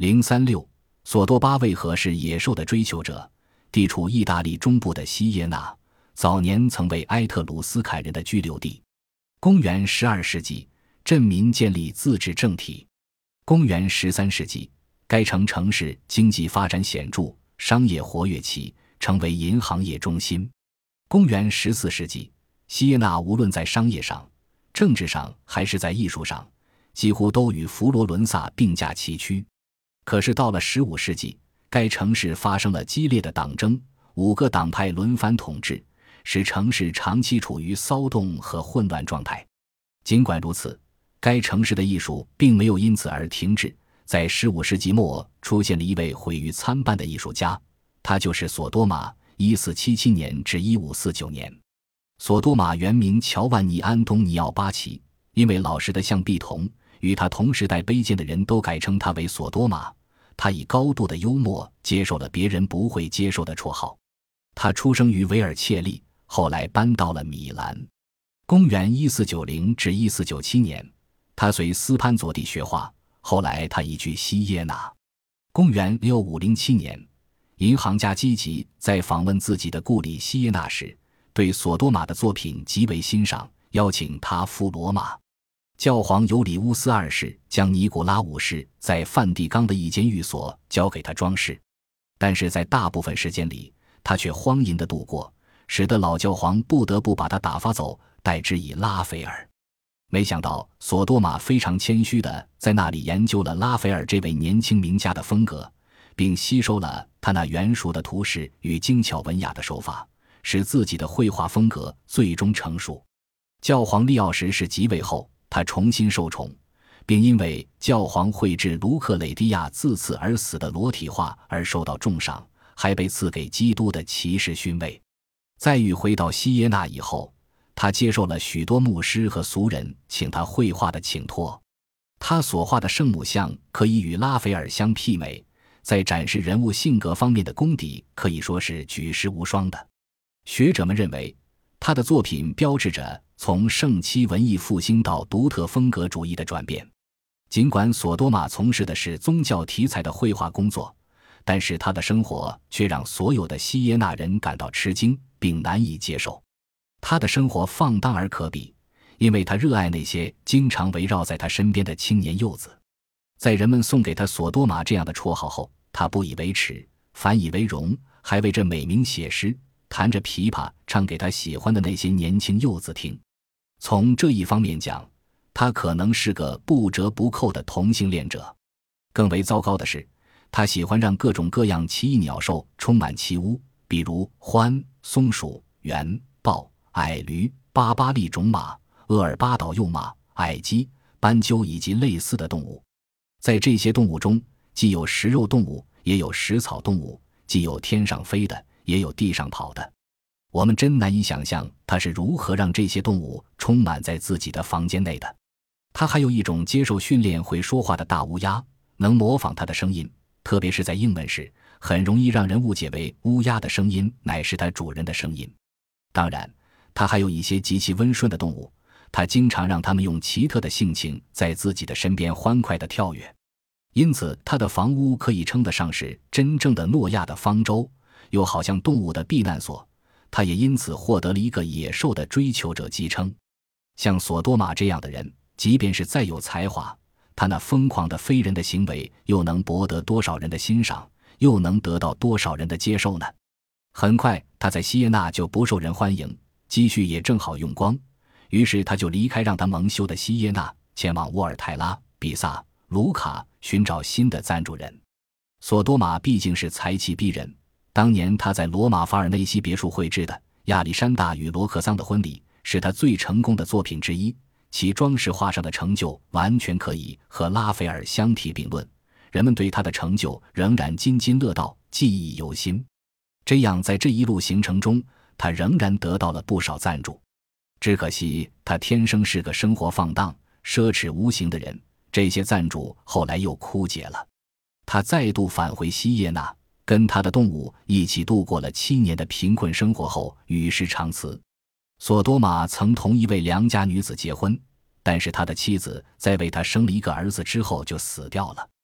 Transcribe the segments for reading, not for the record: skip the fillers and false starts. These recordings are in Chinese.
036索多巴为何是野兽的追求者？地处意大利中部的西耶纳，早年曾为埃特鲁斯凯人的居留地。公元12世纪，镇民建立自治政体。公元13世纪，该城市经济发展显著，商业活跃起，成为银行业中心。公元14世纪，西耶纳无论在商业上、政治上还是在艺术上，几乎都与佛罗伦萨并驾齐驱。可是到了15世纪，该城市发生了激烈的党争，5个党派轮番统治，使城市长期处于骚动和混乱状态。尽管如此，该城市的艺术并没有因此而停滞。在15世纪末出现了一位毁誉参半的艺术家，他就是索多玛 1477年至1549年。索多玛原名乔万尼·安东尼奥·巴奇，因为老实的像壁铜，与他同时代卑贱的人都改称他为索多玛。他以高度的幽默接受了别人不会接受的绰号。他出生于维尔切利，后来搬到了米兰。公元1490至1497年，他随斯潘佐蒂学画，后来他移居西耶纳。公元6507年，银行家基吉在访问自己的故里西耶纳时，对索多玛的作品极为欣赏，邀请他赴罗马。教皇尤里乌斯二世将尼古拉五世在梵蒂冈的一间寓所交给他装饰，但是在大部分时间里，他却荒淫地度过，使得老教皇不得不把他打发走，代之以拉斐尔。没想到索多玛非常谦虚地在那里研究了拉斐尔这位年轻名家的风格，并吸收了他那圆熟的图式与精巧文雅的手法，使自己的绘画风格最终成熟。教皇利奥十世即位后，他重新受宠，并因为教皇绘制卢克雷迪亚自刺而死的裸体画而受到重赏，还被赐给基督的骑士勋位。在与回到西耶纳以后，他接受了许多牧师和俗人请他绘画的请托。他所画的圣母像可以与拉斐尔相媲美，在展示人物性格方面的功底可以说是举世无双的。学者们认为，他的作品标志着从盛期文艺复兴到独特风格主义的转变。尽管索多玛从事的是宗教题材的绘画工作，但是他的生活却让所有的西耶纳人感到吃惊并难以接受。他的生活放荡而可比，因为他热爱那些经常围绕在他身边的青年幼子。在人们送给他索多玛这样的绰号后，他不以为耻，反以为荣，还为这美名写诗，弹着琵琶唱给他喜欢的那些年轻幼子听。从这一方面讲，他可能是个不折不扣的同性恋者。更为糟糕的是，他喜欢让各种各样奇异鸟兽充满其屋，比如獾、松鼠、猿、豹、矮驴、巴巴利种马、厄尔巴岛幼马、矮鸡、斑鸠以及类似的动物。在这些动物中，既有食肉动物，也有食草动物，既有天上飞的，也有地上跑的。我们真难以想象他是如何让这些动物充满在自己的房间内的。他还有一种接受训练会说话的大乌鸦，能模仿他的声音，特别是在英文时，很容易让人误解为乌鸦的声音乃是它主人的声音。当然，他还有一些极其温顺的动物，他经常让它们用奇特的性情在自己的身边欢快地跳跃。因此他的房屋可以称得上是真正的诺亚的方舟，又好像动物的避难所。他也因此获得了一个野兽的追求者之称。像索多玛这样的人，即便是再有才华，他那疯狂的非人的行为又能博得多少人的欣赏，又能得到多少人的接受呢？很快他在西耶纳就不受人欢迎，积蓄也正好用光，于是他就离开让他蒙羞的西耶纳，前往沃尔泰拉、比萨、卢卡寻找新的赞助人。索多玛毕竟是才气逼人，当年他在罗马法尔内西别墅绘制的亚历山大与罗克桑的婚礼是他最成功的作品之一，其装饰画上的成就完全可以和拉斐尔相提并论，人们对他的成就仍然津津乐道，记忆犹新。这样在这一路行程中，他仍然得到了不少赞助。只可惜他天生是个生活放荡、奢侈无形的人，这些赞助后来又枯竭了。他再度返回西耶纳，跟他的动物一起度过了7年的贫困生活后与世长辞。索多玛曾同一位良家女子结婚，但是他的妻子在为他生了一个儿子之后就死掉了。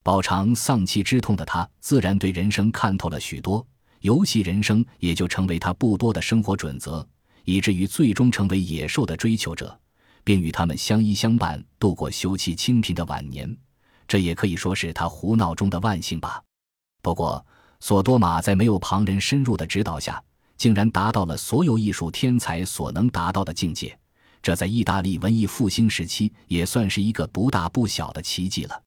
饱尝丧妻之痛的他，自然对人生看透了许多，游戏人生也就成为他不多的生活准则，以至于最终成为野兽的追求者，并与他们相依相伴度过休戚清贫的晚年。这也可以说是他胡闹中的万幸吧。不过索多玛在没有旁人深入的指导下，竟然达到了所有艺术天才所能达到的境界，这在意大利文艺复兴时期也算是一个不大不小的奇迹了。